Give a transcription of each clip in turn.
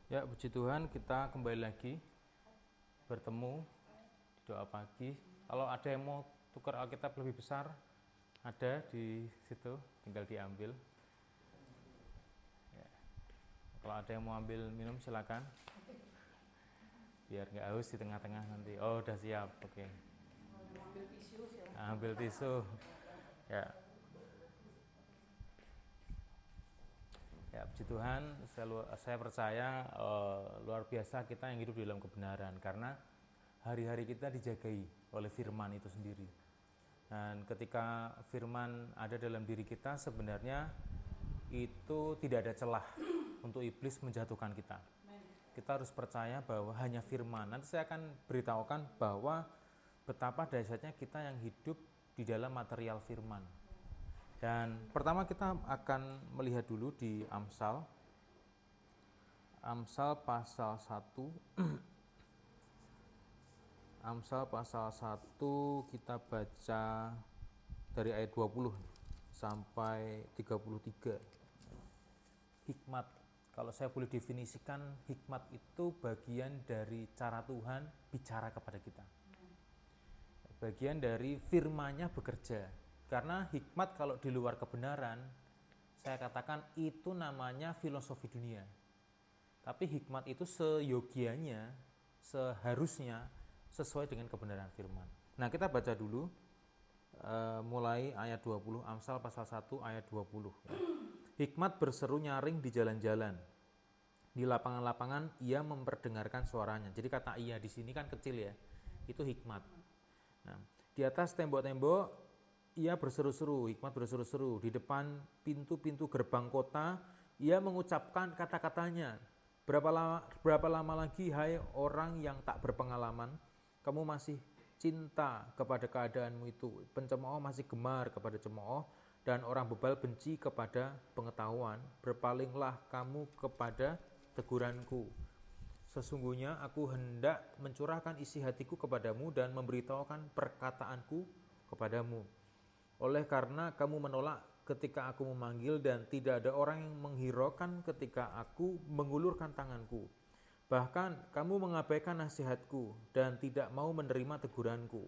Ya, puji Tuhan, kita kembali lagi bertemu di doa pagi. Kalau ada yang mau tukar Alkitab lebih besar, ada di situ, tinggal diambil. Ya. Kalau ada yang mau ambil minum, silakan. Biar nggak haus di tengah-tengah nanti. Oh, udah siap, oke. Ambil tisu. Ya. Ya, puji Tuhan, saya percaya luar biasa kita yang hidup di dalam kebenaran, karena hari-hari kita dijagai oleh firman itu sendiri. Dan ketika firman ada dalam diri kita, sebenarnya itu tidak ada celah untuk iblis menjatuhkan kita. Kita harus percaya bahwa hanya firman. Nanti saya akan beritahukan bahwa betapa dahsyatnya kita yang hidup di dalam material firman. Dan pertama kita akan melihat dulu di Amsal pasal 1. Amsal pasal 1 kita baca dari ayat 20 sampai 33. Hikmat, kalau saya boleh definisikan, hikmat itu bagian dari cara Tuhan bicara kepada kita. Bagian dari firman-Nya bekerja. Karena hikmat kalau di luar kebenaran, saya katakan itu namanya filosofi dunia. Tapi hikmat itu seyogianya, seharusnya sesuai dengan kebenaran firman. Nah, kita baca dulu mulai ayat 20, Amsal pasal 1 ayat 20. Hikmat berseru nyaring di jalan-jalan. Di lapangan-lapangan ia memperdengarkan suaranya. Jadi kata ia di sini kan kecil ya. Itu hikmat. Nah, di atas tembok-tembok ia berseru-seru, hikmat berseru-seru. Di depan pintu-pintu gerbang kota, ia mengucapkan kata-katanya. Berapa lama lagi, hai orang yang tak berpengalaman, kamu masih cinta kepada keadaanmu itu. Pencemooh masih gemar kepada cemooh, dan orang bebal benci kepada pengetahuan. Berpalinglah kamu kepada teguranku. Sesungguhnya aku hendak mencurahkan isi hatiku kepadamu dan memberitahukan perkataanku kepadamu. Oleh karena kamu menolak ketika aku memanggil dan tidak ada orang yang menghiraukan ketika aku mengulurkan tanganku. Bahkan kamu mengabaikan nasihatku dan tidak mau menerima teguranku.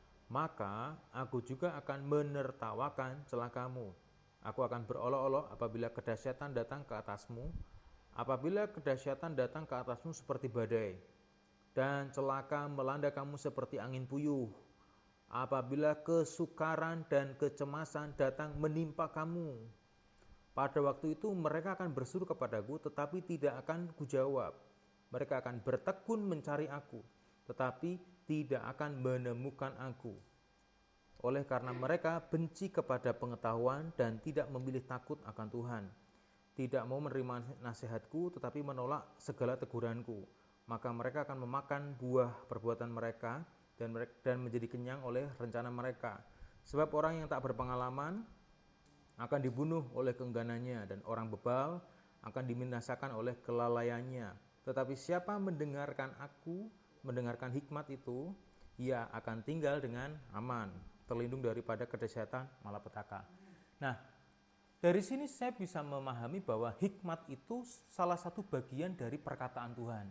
Maka aku juga akan menertawakan celakamu. Aku akan berolok-olok apabila kedahsyatan datang ke atasmu. Apabila kedahsyatan datang ke atasmu seperti badai, dan celaka melanda kamu seperti angin puyuh. Apabila kesukaran dan kecemasan datang menimpa kamu, pada waktu itu mereka akan berseru kepadaku, tetapi tidak akan kujawab. Mereka akan bertekun mencari aku, tetapi tidak akan menemukan aku. Oleh karena mereka benci kepada pengetahuan dan tidak memilih takut akan Tuhan. Tidak mau menerima nasihatku, tetapi menolak segala teguranku. Maka mereka akan memakan buah perbuatan mereka, dan menjadi kenyang oleh rencana mereka. Sebab orang yang tak berpengalaman akan dibunuh oleh keengganannya, dan orang bebal akan dibinasakan oleh kelalaiannya. Tetapi siapa mendengarkan aku, mendengarkan hikmat itu, ia akan tinggal dengan aman, terlindung daripada kedahsyatan malapetaka. Nah, dari sini saya bisa memahami bahwa hikmat itu salah satu bagian dari perkataan Tuhan.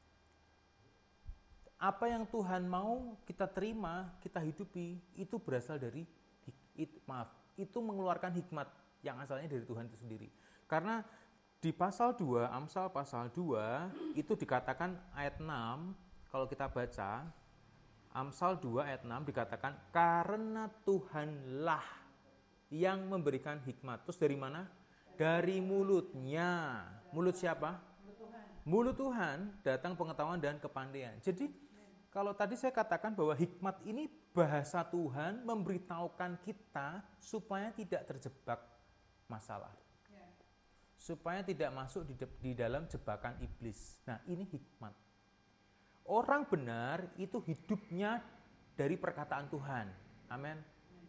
Apa yang Tuhan mau kita terima, kita hidupi, itu berasal dari itu mengeluarkan hikmat yang asalnya dari Tuhan itu sendiri. Karena di pasal 2, Amsal pasal 2 itu dikatakan ayat 6, kalau kita baca Amsal 2 ayat 6 dikatakan karena Tuhanlah yang memberikan hikmat. Terus dari mana? Dari mulutnya. Mulut siapa? Mulut Tuhan datang pengetahuan dan kepandaian. Jadi kalau tadi saya katakan bahwa hikmat ini bahasa Tuhan memberitahukan kita supaya tidak terjebak masalah. Supaya tidak masuk di dalam jebakan iblis. Nah, ini hikmat. Orang benar itu hidupnya dari perkataan Tuhan. Amin.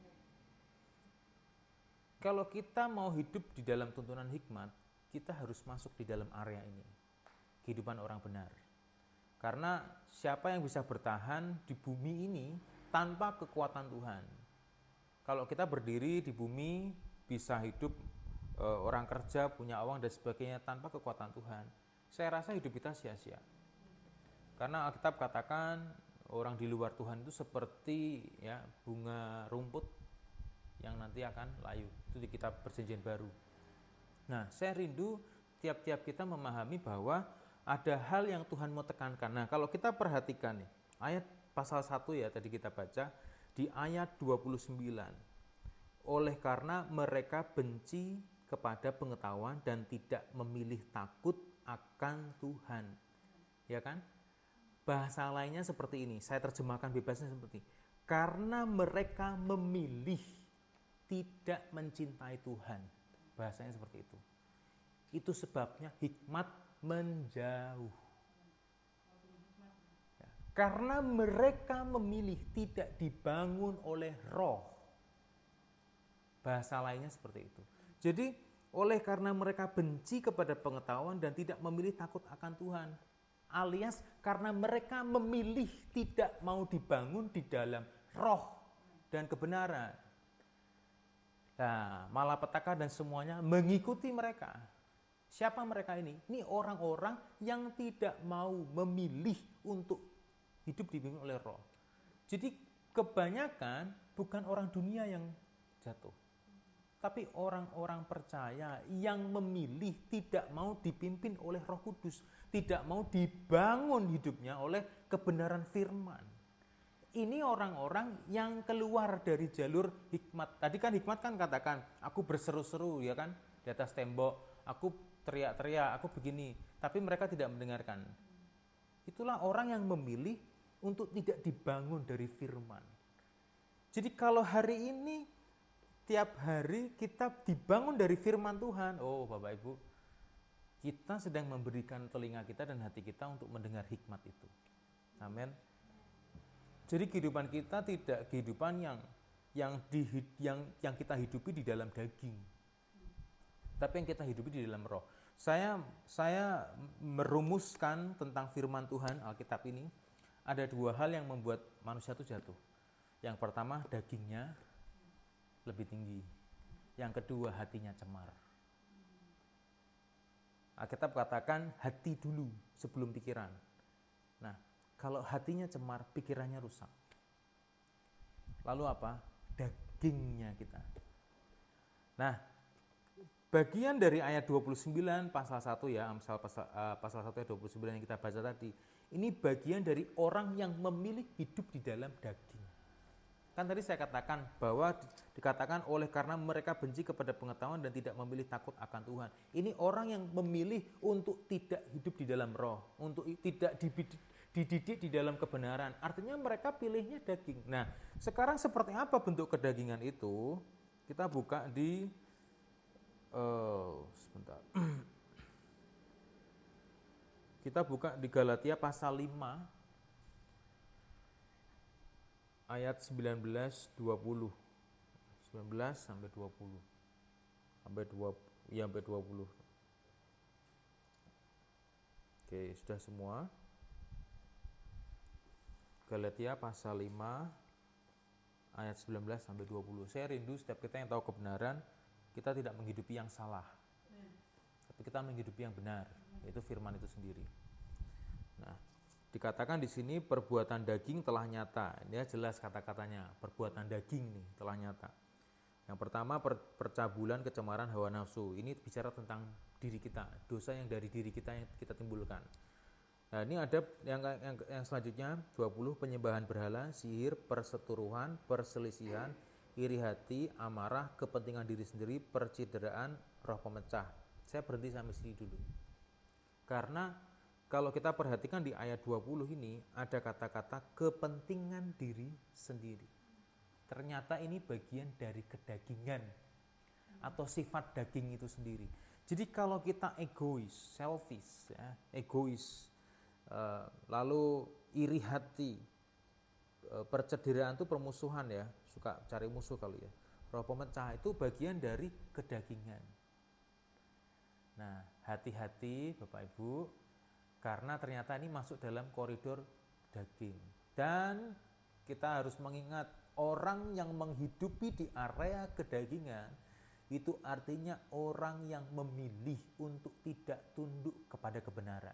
Kalau kita mau hidup di dalam tuntunan hikmat, kita harus masuk di dalam area ini. Kehidupan orang benar. Karena siapa yang bisa bertahan di bumi ini tanpa kekuatan Tuhan? Kalau kita berdiri di bumi, bisa hidup orang kerja, punya uang dan sebagainya tanpa kekuatan Tuhan, saya rasa hidup kita sia-sia. Karena Alkitab katakan orang di luar Tuhan itu seperti ya bunga rumput yang nanti akan layu. Itu di kitab Perjanjian Baru. Nah, saya rindu tiap-tiap kita memahami bahwa ada hal yang Tuhan mau tekankan. Nah, kalau kita perhatikan nih, ayat pasal 1 ya tadi kita baca di ayat 29. Oleh karena mereka benci kepada pengetahuan dan tidak memilih takut akan Tuhan. Ya kan? Bahasa lainnya seperti ini, saya terjemahkan bebasnya seperti ini. Karena mereka memilih tidak mencintai Tuhan. Bahasanya seperti itu. Itu sebabnya hikmat menjauh. Ya, karena mereka memilih tidak dibangun oleh roh. Bahasa lainnya seperti itu. Jadi, oleh karena mereka benci kepada pengetahuan dan tidak memilih takut akan Tuhan. Alias karena mereka memilih tidak mau dibangun di dalam roh dan kebenaran. Nah, malapetaka dan semuanya mengikuti mereka. Siapa mereka ini? Ini orang-orang yang tidak mau memilih untuk hidup dibimbing oleh roh. Jadi kebanyakan bukan orang dunia yang jatuh, tapi orang-orang percaya yang memilih tidak mau dipimpin oleh Roh Kudus, tidak mau dibangun hidupnya oleh kebenaran firman. Ini orang-orang yang keluar dari jalur hikmat. Tadi kan hikmat kan katakan, aku berseru-seru ya kan di atas tembok, aku teriak-teriak, aku begini, tapi mereka tidak mendengarkan. Itulah orang yang memilih untuk tidak dibangun dari firman. Jadi kalau hari ini tiap hari kita dibangun dari firman Tuhan. Oh Bapak Ibu, kita sedang memberikan telinga kita dan hati kita untuk mendengar hikmat itu. Amin. Jadi kehidupan kita tidak kehidupan yang kita hidupi di dalam daging, tapi yang kita hidupi di dalam roh. Saya merumuskan tentang firman Tuhan Alkitab ini. Ada dua hal yang membuat manusia itu jatuh. Yang pertama, dagingnya lebih tinggi. Yang kedua, hatinya cemar. Alkitab katakan hati dulu sebelum pikiran. Nah, kalau hatinya cemar, pikirannya rusak. Lalu apa? Dagingnya kita. Nah, bagian dari ayat 29 pasal 1 ya, Amsal pasal 1 ayat 29 yang kita baca tadi. Ini bagian dari orang yang memilih hidup di dalam daging. Kan tadi saya katakan bahwa dikatakan oleh karena mereka benci kepada pengetahuan dan tidak memilih takut akan Tuhan. Ini orang yang memilih untuk tidak hidup di dalam roh, untuk tidak dididik di dalam kebenaran. Artinya mereka pilihnya daging. Nah, sekarang seperti apa bentuk kedagingan itu? Kita buka di sebentar. Kita buka di Galatia pasal 5 ayat 19 20. 19 sampai 20. Sampai 20. Oke, sudah semua. Galatia pasal 5 ayat 19 sampai 20. Saya rindu setiap kita yang tahu kebenaran, kita tidak menghidupi yang salah. Tapi kita menghidupi yang benar, yaitu firman itu sendiri. Nah, dikatakan di sini perbuatan daging telah nyata. Ini jelas kata-katanya, perbuatan daging nih telah nyata. Yang pertama, percabulan, kecemaran, hawa nafsu. Ini bicara tentang diri kita, dosa yang dari diri kita yang kita timbulkan. Nah, ini ada yang selanjutnya 20, penyembahan berhala, sihir, perseteruan, perselisihan, iri hati, amarah, kepentingan diri sendiri, percideraan, roh pemecah. Saya berhenti sampai sini dulu. Karena kalau kita perhatikan di ayat 20 ini ada kata-kata kepentingan diri sendiri. Ternyata ini bagian dari kedagingan atau sifat daging itu sendiri. Jadi kalau kita egois, selfish, ya, egois, lalu iri hati, percederaan itu permusuhan ya, suka cari musuh kali ya. Roh pemecah itu bagian dari kedagingan. Nah, hati-hati Bapak Ibu, karena ternyata ini masuk dalam koridor daging. Dan kita harus mengingat orang yang menghidupi di area kedagingan itu artinya orang yang memilih untuk tidak tunduk kepada kebenaran.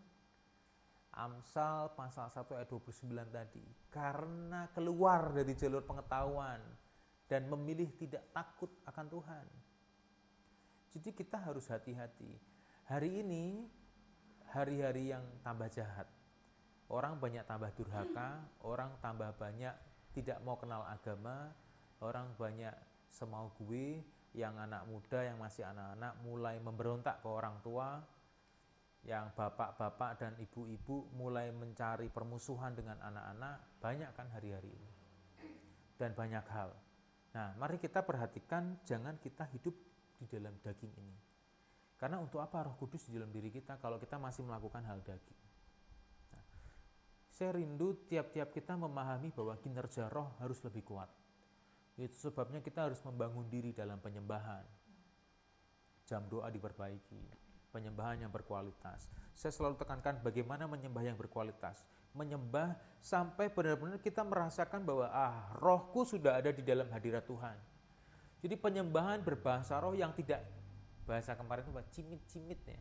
Amsal pasal 1 ayat 29 tadi, karena keluar dari jalur pengetahuan dan memilih tidak takut akan Tuhan. Jadi kita harus hati-hati. Hari ini hari-hari yang tambah jahat. Orang banyak tambah durhaka, orang tambah banyak tidak mau kenal agama, orang banyak semau gue, yang anak muda, yang masih anak-anak mulai memberontak ke orang tua, yang bapak-bapak dan ibu-ibu mulai mencari permusuhan dengan anak-anak, banyak kan hari-hari ini. Dan banyak hal. Nah, mari kita perhatikan, jangan kita hidup di dalam daging ini. Karena untuk apa Roh Kudus di dalam diri kita kalau kita masih melakukan hal daging? Nah, saya rindu tiap-tiap kita memahami bahwa kinerja roh harus lebih kuat. Itu sebabnya kita harus membangun diri dalam penyembahan. Jam doa diperbaiki, penyembahan yang berkualitas. Saya selalu tekankan bagaimana menyembah yang berkualitas. Menyembah sampai benar-benar kita merasakan bahwa rohku sudah ada di dalam hadirat Tuhan. Jadi penyembahan berbahasa roh yang tidak, bahasa kemarin itu cimit-cimit ya.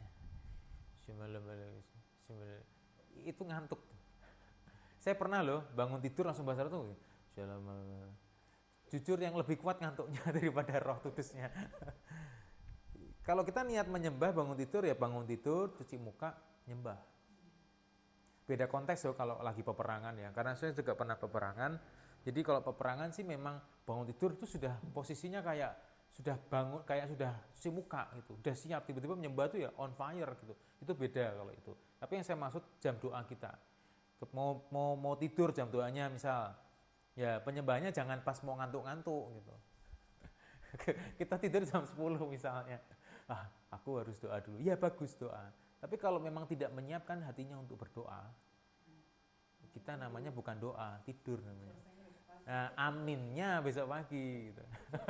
Itu ngantuk. Saya pernah loh bangun tidur langsung bahasa roh tuh. Jujur yang lebih kuat ngantuknya daripada Roh Kudusnya. Kalau kita niat menyembah bangun tidur, cuci muka, nyembah. Beda konteks loh kalau lagi peperangan ya. Karena saya juga pernah peperangan. Jadi kalau peperangan sih memang bangun tidur itu sudah posisinya kayak sudah bangun, kayak sudah cuci muka gitu. Udah siap, tiba-tiba menyembah itu ya on fire gitu. Itu beda kalau itu. Tapi yang saya maksud jam doa kita. Mau tidur jam doanya misal, ya penyembahnya jangan pas mau ngantuk-ngantuk gitu. Kita tidur jam 10 misalnya. Aku harus doa dulu. Ya bagus doa. Tapi kalau memang tidak menyiapkan hatinya untuk berdoa, kita namanya bukan doa, tidur namanya. Nah, aminnya besok pagi gitu.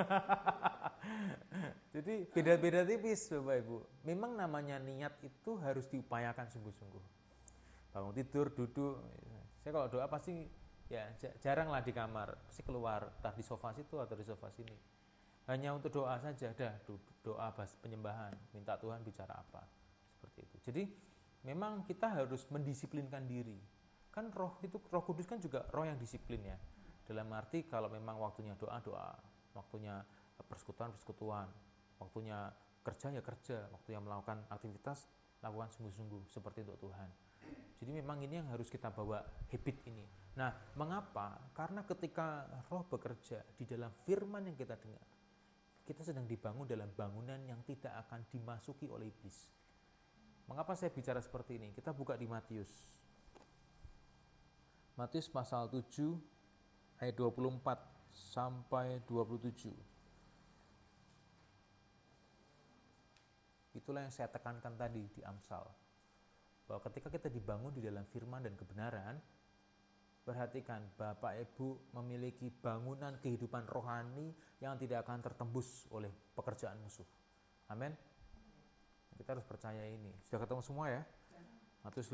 Jadi beda-beda tipis Bapak Ibu. Memang namanya niat itu harus diupayakan sungguh-sungguh. Bangun tidur, duduk. Saya kalau doa pasti ya jarang lah di kamar, pasti keluar, entah di sofa situ atau di sofa sini. Hanya untuk doa saja, doa penyembahan, minta Tuhan bicara apa, seperti itu. Jadi memang kita harus mendisiplinkan diri. Kan Roh Kudus kan juga roh yang disiplin ya. Dalam arti kalau memang waktunya doa, waktunya persekutuan, waktunya kerja ya kerja, waktunya melakukan aktivitas, lakukan sungguh-sungguh seperti untuk Tuhan. Jadi memang ini yang harus kita bawa habit ini. Nah, mengapa? Karena ketika Roh bekerja di dalam firman yang kita dengar, kita sedang dibangun dalam bangunan yang tidak akan dimasuki oleh iblis. Mengapa saya bicara seperti ini? Kita buka di Matius. Matius pasal 7 ayat 24 sampai 27. Itulah yang saya tekankan tadi di Amsal. Bahwa ketika kita dibangun di dalam firman dan kebenaran, perhatikan Bapak Ibu memiliki bangunan kehidupan rohani yang tidak akan tertembus oleh pekerjaan musuh. Amin. Kita harus percaya ini. Sudah ketemu semua ya? Matius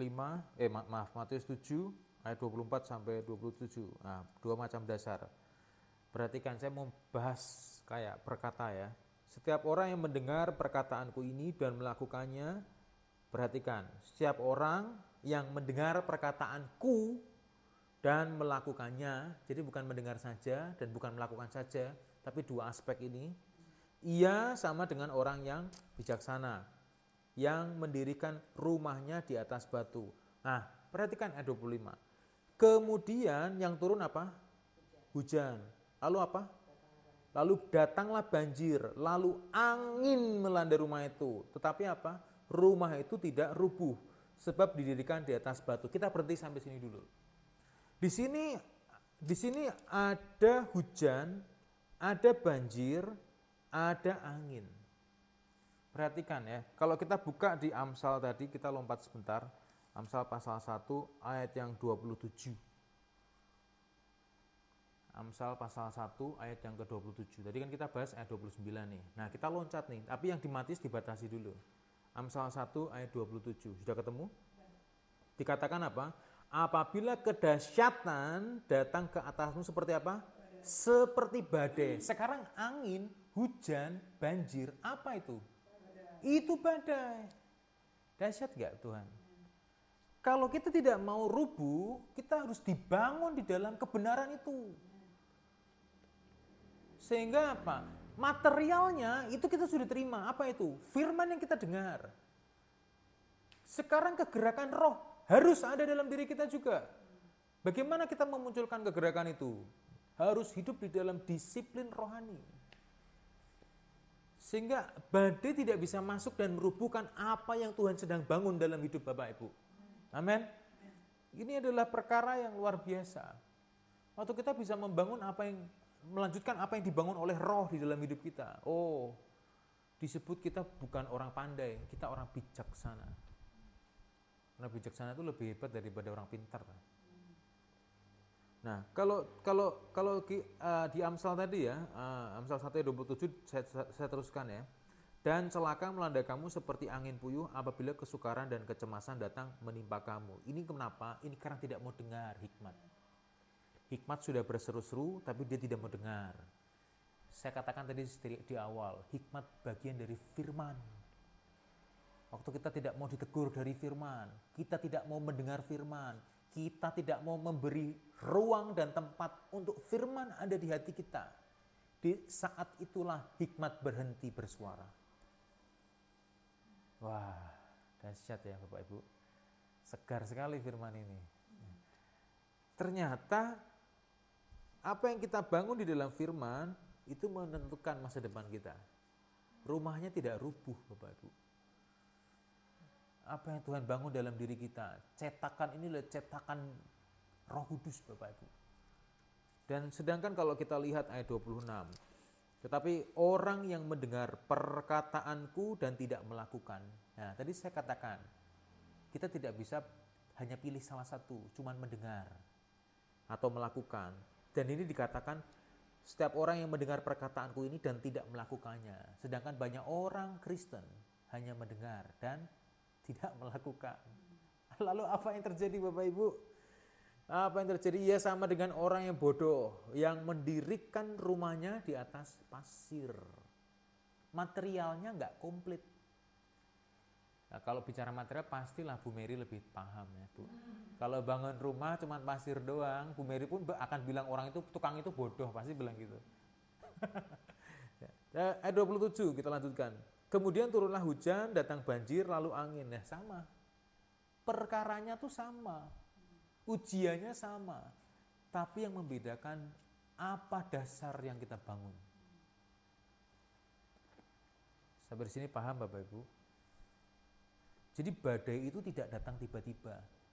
7 ayat 24 sampai 27. Nah, dua macam dasar. Perhatikan, saya mau bahas kayak perkata ya. Setiap orang yang mendengar perkataanku ini dan melakukannya, perhatikan, setiap orang yang mendengar perkataanku dan melakukannya, jadi bukan mendengar saja dan bukan melakukan saja, tapi dua aspek ini, ia sama dengan orang yang bijaksana, yang mendirikan rumahnya di atas batu. Nah, perhatikan ayat 25. Kemudian yang turun apa? Hujan. Lalu apa? Lalu datanglah banjir, lalu angin melanda rumah itu. Tetapi apa? Rumah itu tidak rubuh, sebab didirikan di atas batu. Kita berhenti sampai sini dulu. Di sini ada hujan, ada banjir, ada angin. Perhatikan ya, kalau kita buka di Amsal tadi, kita lompat sebentar. Amsal pasal 1 ayat yang 27. Amsal pasal 1 ayat yang ke-27. Tadi kan kita bahas ayat 29 nih. Nah, kita loncat nih, tapi yang di Matius dibatasi dulu. Amsal 1 ayat 27. Sudah ketemu? Dikatakan apa? Apabila kedahsyatan datang ke atasmu seperti apa? Seperti badai. Sekarang angin hujan, banjir, apa itu? Itu badai. Dahsyat gak Tuhan? Kalau kita tidak mau rubuh, kita harus dibangun di dalam kebenaran itu. Sehingga apa? Materialnya itu kita sudah terima. Apa itu? Firman yang kita dengar. Sekarang kegerakan roh harus ada dalam diri kita juga. Bagaimana kita memunculkan kegerakan itu? Harus hidup di dalam disiplin rohani. Sehingga badai tidak bisa masuk dan merubuhkan apa yang Tuhan sedang bangun dalam hidup Bapak Ibu. Amin. Ini adalah perkara yang luar biasa. Waktu kita bisa melanjutkan apa yang dibangun oleh roh di dalam hidup kita. Oh, disebut kita bukan orang pandai, kita orang bijaksana. Orang bijaksana itu lebih hebat daripada orang pintar. Nah, kalau di Amsal tadi ya, Amsal 1:27 saya teruskan ya. Dan celaka melanda kamu seperti angin puyuh apabila kesukaran dan kecemasan datang menimpa kamu. Ini kenapa? Ini karena tidak mau dengar hikmat. Hikmat sudah berseru-seru, tapi dia tidak mau dengar. Saya katakan tadi di awal, hikmat bagian dari firman. Waktu kita tidak mau ditegur dari firman, kita tidak mau mendengar firman, kita tidak mau memberi ruang dan tempat untuk firman ada di hati kita. Di saat itulah hikmat berhenti bersuara. Wah, dahsyat ya Bapak Ibu. Segar sekali firman ini. Ternyata apa yang kita bangun di dalam firman itu menentukan masa depan kita. Rumahnya tidak rubuh Bapak Ibu. Apa yang Tuhan bangun dalam diri kita, cetakan inilah cetakan Roh Kudus Bapak Ibu. Dan sedangkan kalau kita lihat ayat 26, tetapi orang yang mendengar perkataanku dan tidak melakukan. Nah, tadi saya katakan, kita tidak bisa hanya pilih salah satu, cuman mendengar atau melakukan. Dan ini dikatakan setiap orang yang mendengar perkataanku ini dan tidak melakukannya. Sedangkan banyak orang Kristen hanya mendengar dan tidak melakukan. Lalu apa yang terjadi Bapak Ibu? Apa yang terjadi? Ya sama dengan orang yang bodoh yang mendirikan rumahnya di atas pasir. Materialnya nggak komplit. Nah, kalau bicara material pastilah Bu Mary lebih paham ya Bu. Kalau bangun rumah cuma pasir doang, Bu Mary pun akan bilang orang itu, tukang itu bodoh, pasti bilang gitu. Ayat 27 kita lanjutkan. Kemudian turunlah hujan, datang banjir, lalu angin. Nah sama, perkaranya tuh sama, ujiannya sama, tapi yang membedakan apa dasar yang kita bangun. Sampai di sini paham Bapak Ibu? Jadi badai itu tidak datang tiba-tiba.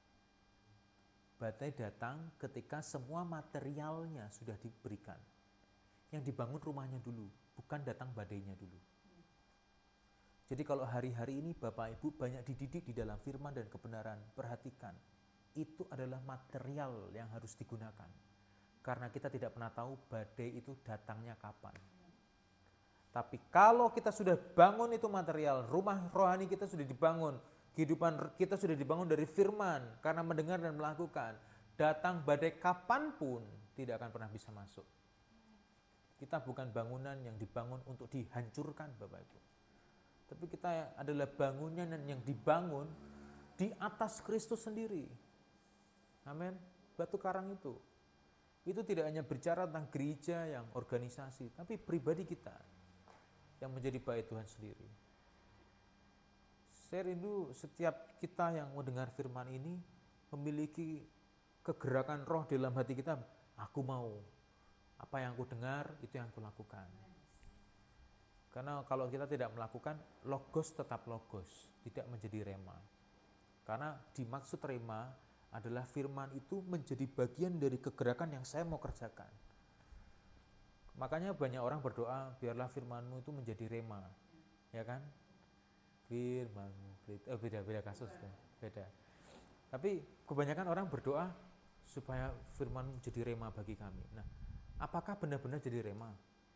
Badai datang ketika semua materialnya sudah diberikan. Yang dibangun rumahnya dulu, bukan datang badainya dulu. Jadi kalau hari-hari ini Bapak Ibu banyak dididik di dalam firman dan kebenaran, perhatikan, itu adalah material yang harus digunakan. Karena kita tidak pernah tahu badai itu datangnya kapan. Tapi kalau kita sudah bangun itu material, rumah rohani kita sudah dibangun, kehidupan kita sudah dibangun dari firman, karena mendengar dan melakukan, datang badai kapanpun tidak akan pernah bisa masuk. Kita bukan bangunan yang dibangun untuk dihancurkan Bapak Ibu. Tapi kita adalah bangunan yang dibangun di atas Kristus sendiri. Amin. Batu karang itu tidak hanya bicara tentang gereja yang organisasi, tapi pribadi kita yang menjadi bait Tuhan sendiri. Saya rindu setiap kita yang mendengar firman ini memiliki kegerakan roh dalam hati kita. Aku mau, apa yang aku dengar itu yang aku lakukan. Karena kalau kita tidak melakukan, logos tetap logos, tidak menjadi rema. Karena dimaksud rema adalah firman itu menjadi bagian dari kegerakan yang saya mau kerjakan. Makanya banyak orang berdoa, biarlah firmanmu itu menjadi rema. Ya kan? Firmanmu, beda kasus tuh, beda. Tapi kebanyakan orang berdoa supaya firman menjadi rema bagi kami. Nah, apakah benar-benar jadi rema?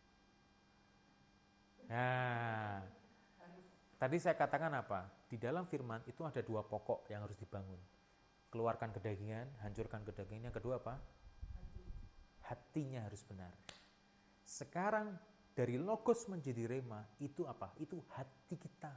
Nah, tadi saya katakan apa? Di dalam firman itu ada dua pokok yang harus dibangun. Keluarkan kedagingan, hancurkan kedagingan. Yang kedua apa? Hatinya harus benar. Sekarang dari logos menjadi rema, itu apa? Itu hati kita.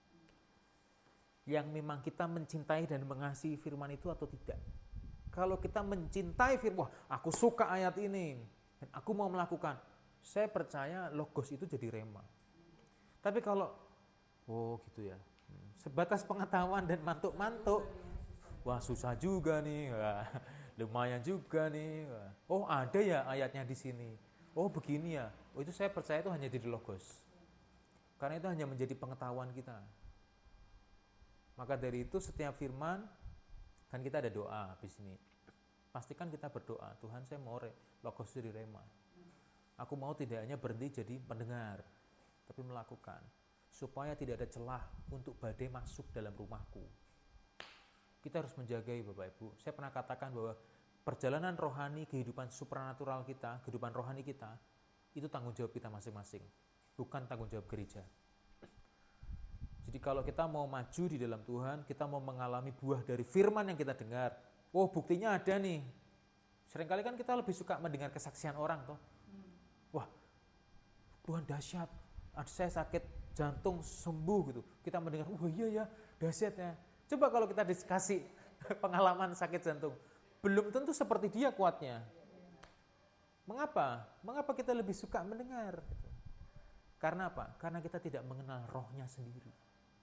Yang memang kita mencintai dan mengasihi firman itu atau tidak. Kalau kita mencintai firman, wah aku suka ayat ini, dan aku mau melakukan, saya percaya logos itu jadi rema. Tapi kalau, oh gitu ya, sebatas pengetahuan dan mantuk-mantuk, wah susah juga nih, wah, lumayan juga nih. Wah. Oh ada ya ayatnya di sini. Oh begini ya. Oh itu saya percaya itu hanya jadi logos. Karena itu hanya menjadi pengetahuan kita. Maka dari itu setiap firman, kan kita ada doa di sini. Pastikan kita berdoa, Tuhan saya mau logos jadi rema. Aku mau tidak hanya berhenti jadi pendengar, tapi melakukan. Supaya tidak ada celah untuk badai masuk dalam rumahku. Kita harus menjagai Bapak Ibu. Saya pernah katakan bahwa perjalanan rohani, kehidupan supranatural kita, kehidupan rohani kita, itu tanggung jawab kita masing-masing. Bukan tanggung jawab gereja. Jadi kalau kita mau maju di dalam Tuhan, kita mau mengalami buah dari firman yang kita dengar. Oh buktinya ada nih. Seringkali kan kita lebih suka mendengar kesaksian orang toh. Wah Tuhan dahsyat, saya sakit jantung sembuh gitu. Kita mendengar, wah iya ya dahsyat ya. Coba kalau kita dikasih pengalaman sakit jantung, belum tentu seperti dia kuatnya. Mengapa? Mengapa kita lebih suka mendengar? Karena apa? Karena kita tidak mengenal rohnya sendiri.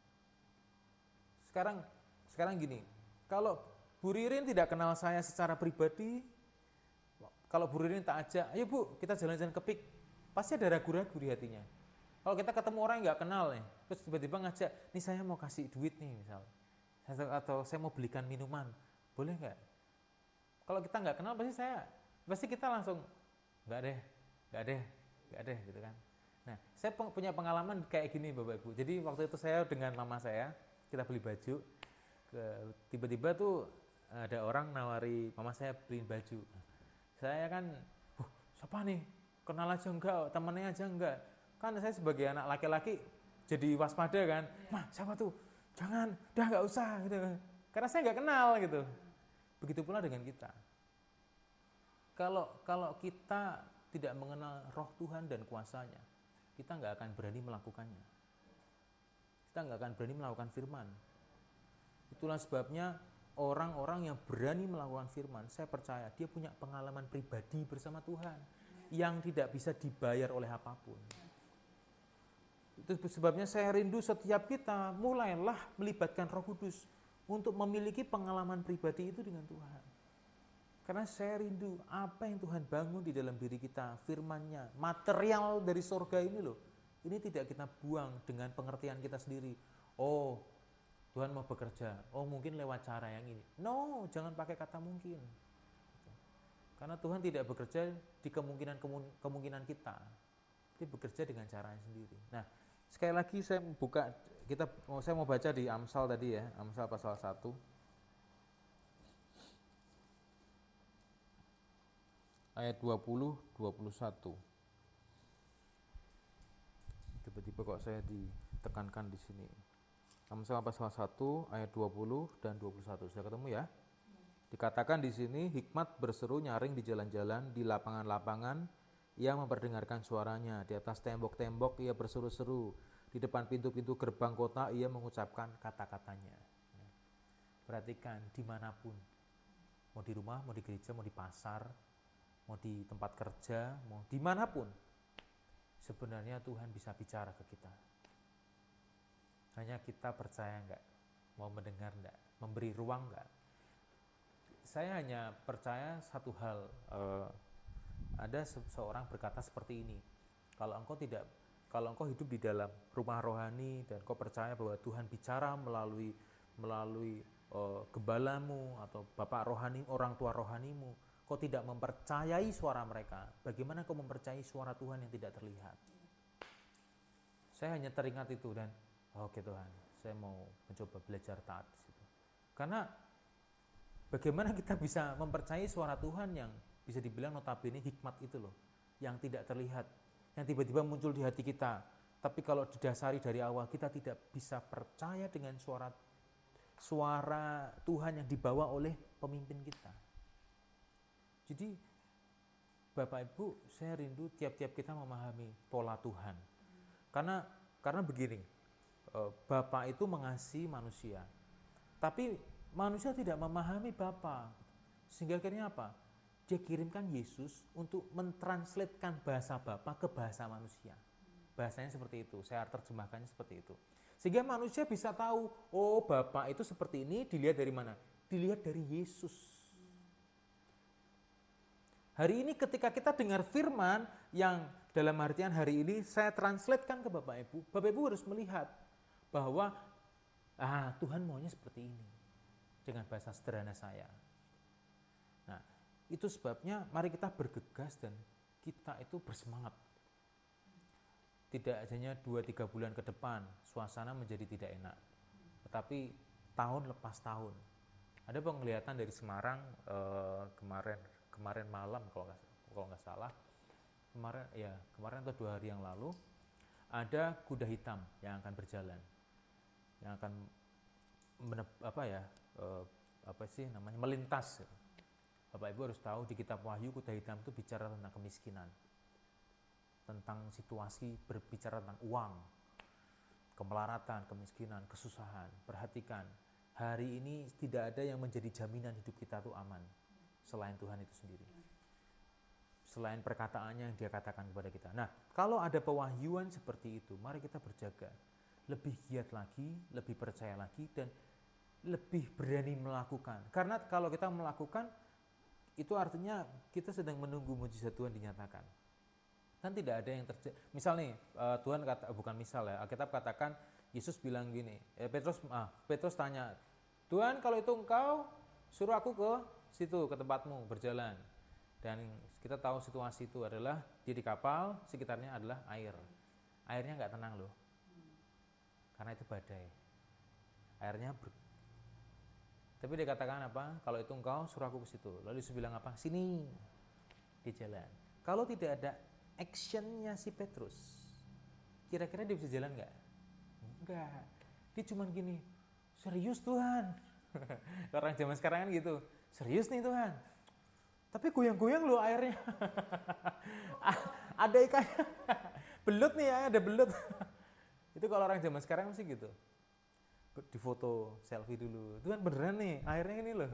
Sekarang gini, kalau Bu Ririn tidak kenal saya secara pribadi, kalau Bu Ririn tak ajak, ayo Bu kita jalan-jalan ke PIK, pasti ada ragu-ragu di hatinya. Kalau kita ketemu orang yang gak kenal nih, terus tiba-tiba ngajak, nih saya mau kasih duit nih misal, atau saya mau belikan minuman, boleh gak? Kalau kita gak kenal pasti kita langsung, gak deh gitu kan. Nah saya punya pengalaman kayak gini Bapak Ibu. Jadi waktu itu saya dengan mama saya, kita beli baju, tiba-tiba tuh ada orang nawari mama saya beliin baju. Saya kan, siapa nih? Kenal aja enggak, temennya aja enggak. Kan saya sebagai anak laki-laki jadi waspada kan. Mah siapa tuh? Jangan, udah enggak usah gitu. Karena saya enggak kenal gitu. Begitu pula dengan kita. Kalau kita tidak mengenal roh Tuhan dan kuasanya, kita enggak akan berani melakukannya. Kita nggak akan berani melakukan firman. Itulah sebabnya orang-orang yang berani melakukan firman, saya percaya dia punya pengalaman pribadi bersama Tuhan yang tidak bisa dibayar oleh apapun. Itu sebabnya saya rindu setiap kita mulailah melibatkan Roh Kudus untuk memiliki pengalaman pribadi itu dengan Tuhan. Karena saya rindu apa yang Tuhan bangun di dalam diri kita, firman-Nya, material dari surga ini loh. Ini tidak kita buang dengan pengertian kita sendiri. Oh, Tuhan mau bekerja. Oh, mungkin lewat cara yang ini. No, jangan pakai kata mungkin. Karena Tuhan tidak bekerja di kemungkinan kita. Dia bekerja dengan caranya sendiri. Nah, sekali lagi saya mau baca di Amsal tadi ya, Amsal pasal 1. Ayat 20-21. Tiba-tiba kok saya ditekankan di sini. Amsal pasal 1 ayat 20 dan 21. Sudah ketemu ya? Dikatakan di sini, hikmat berseru nyaring di jalan-jalan, di lapangan-lapangan, ia memperdengarkan suaranya, di atas tembok-tembok ia berseru-seru, di depan pintu-pintu gerbang kota ia mengucapkan kata-katanya. Perhatikan dimanapun, mau di rumah, mau di gereja, mau di pasar, mau di tempat kerja, mau dimanapun, sebenarnya Tuhan bisa bicara ke kita. Hanya kita percaya enggak, mau mendengar enggak, memberi ruang enggak. Saya hanya percaya satu hal, ada seseorang berkata seperti ini, kalau engkau hidup di dalam rumah rohani dan kau percaya bahwa Tuhan bicara melalui gembalamu atau bapak rohani, orang tua rohanimu, kau tidak mempercayai suara mereka, bagaimana kau mempercayai suara Tuhan yang tidak terlihat? Saya hanya teringat itu dan oke Tuhan, saya mau mencoba belajar taat di situ. Karena bagaimana kita bisa mempercayai suara Tuhan yang bisa dibilang notabene hikmat itu loh, yang tidak terlihat, yang tiba-tiba muncul di hati kita. Tapi kalau didasari dari awal kita tidak bisa percaya dengan suara Tuhan yang dibawa oleh pemimpin kita. Jadi Bapak Ibu, saya rindu tiap-tiap kita memahami pola Tuhan. Karena begini, Bapa itu mengasihi manusia, tapi manusia tidak memahami Bapa. Sehingga akhirnya apa? Dia kirimkan Yesus untuk mentranslatekan bahasa Bapa ke bahasa manusia. Bahasanya seperti itu, saya terjemahkannya seperti itu. Sehingga manusia bisa tahu, oh Bapa itu seperti ini, dilihat dari mana? Dilihat dari Yesus. Hari ini ketika kita dengar firman yang dalam artian hari ini saya translatekan ke Bapak Ibu harus melihat bahwa Tuhan maunya seperti ini dengan bahasa sederhana saya. Nah, itu sebabnya mari kita bergegas dan kita itu bersemangat. Tidak hanya 2-3 bulan ke depan suasana menjadi tidak enak, tetapi tahun lepas tahun. Ada penglihatan dari Semarang kemarin malam kalau nggak salah, kemarin atau 2 hari yang lalu ada kuda hitam yang akan berjalan, yang akan melintas. Bapak Ibu harus tahu di kitab Wahyu kuda hitam itu bicara tentang kemiskinan, tentang situasi, berbicara tentang uang, kemelaratan, kemiskinan, kesusahan. Perhatikan, hari ini tidak ada yang menjadi jaminan hidup kita itu aman selain Tuhan itu sendiri. Selain perkataannya yang dia katakan kepada kita. Nah, kalau ada pewahyuan seperti itu, mari kita berjaga. Lebih giat lagi, lebih percaya lagi, dan lebih berani melakukan. Karena kalau kita melakukan, itu artinya kita sedang menunggu mujizat Tuhan dinyatakan. Kan tidak ada yang terjadi. Misal nih, Tuhan kata, bukan misal ya, Alkitab katakan, Yesus bilang gini, Petrus tanya, Tuhan kalau itu engkau, suruh aku ke situ, ke tempatmu, berjalan. Dan kita tahu situasi itu adalah dia di kapal, sekitarnya adalah air. Airnya nggak tenang loh, karena itu badai. Airnya tapi dia katakan apa? Kalau itu engkau, suruh aku ke situ. Lalu Yesus bilang apa? Sini, di jalan. Kalau tidak ada actionnya si Petrus, kira-kira dia bisa jalan nggak? Enggak. Dia cuman gini, serius Tuhan. Orang zaman sekarang kan gitu, serius nih Tuhan. Tapi goyang-goyang loh airnya. Ada ikannya. Belut nih ya, ada belut. Itu kalau orang zaman sekarang sih gitu. Di foto, selfie dulu. Tuhan beneran nih, airnya ini loh.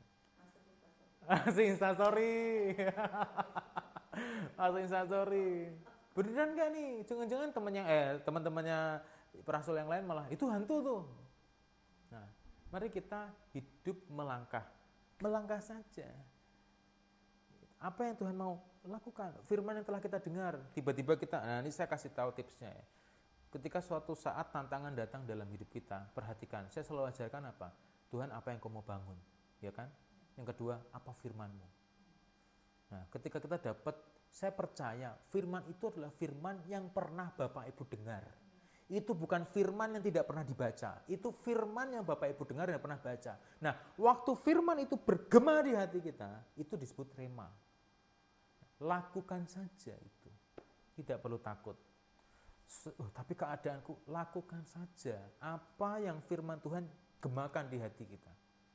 Masuk instastory. Masuk instastory. Beneran gak nih? Jangan-jangan teman-temannya perasul yang lain malah itu hantu tuh. Nah, mari kita hidup melangkah. Melangkah saja. Apa yang Tuhan mau lakukan? Firman yang telah kita dengar, tiba-tiba kita, nah ini saya kasih tahu tipsnya ya. Ketika suatu saat tantangan datang dalam hidup kita, perhatikan, saya selalu ajarkan apa? Tuhan, apa yang kau mau bangun? Ya kan? Yang kedua, apa firman-Mu? Nah, ketika kita dapat, saya percaya firman itu adalah firman yang pernah Bapak Ibu dengar. Itu bukan firman yang tidak pernah dibaca. Itu firman yang Bapak Ibu dengar dan pernah baca. Nah, waktu firman itu bergema di hati kita, itu disebut rema. Lakukan saja itu. Tidak perlu takut. Tapi keadaanku, lakukan saja apa yang firman Tuhan gemakan di hati kita.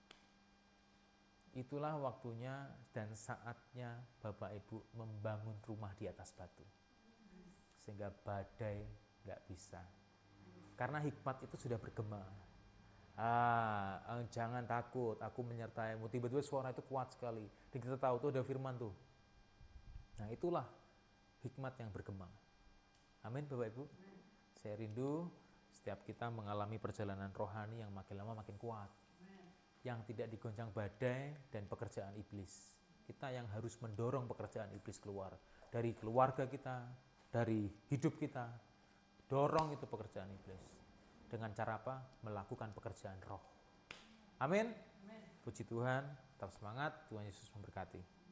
Itulah waktunya dan saatnya Bapak Ibu membangun rumah di atas batu. Sehingga badai gak bisa. Karena hikmat itu sudah bergema. Jangan takut, aku menyertaimu. Tiba-tiba suara itu kuat sekali. Dan kita tahu tuh ada firman tuh. Nah, itulah hikmat yang bergema. Amin Bapak Ibu. Saya rindu setiap kita mengalami perjalanan rohani yang makin lama makin kuat. Yang tidak digoncang badai dan pekerjaan iblis. Kita yang harus mendorong pekerjaan iblis keluar. Dari keluarga kita, dari hidup kita. Dorong itu pekerjaan iblis. Dengan cara apa? Melakukan pekerjaan roh. Amin. Puji Tuhan, tetap semangat, Tuhan Yesus memberkati.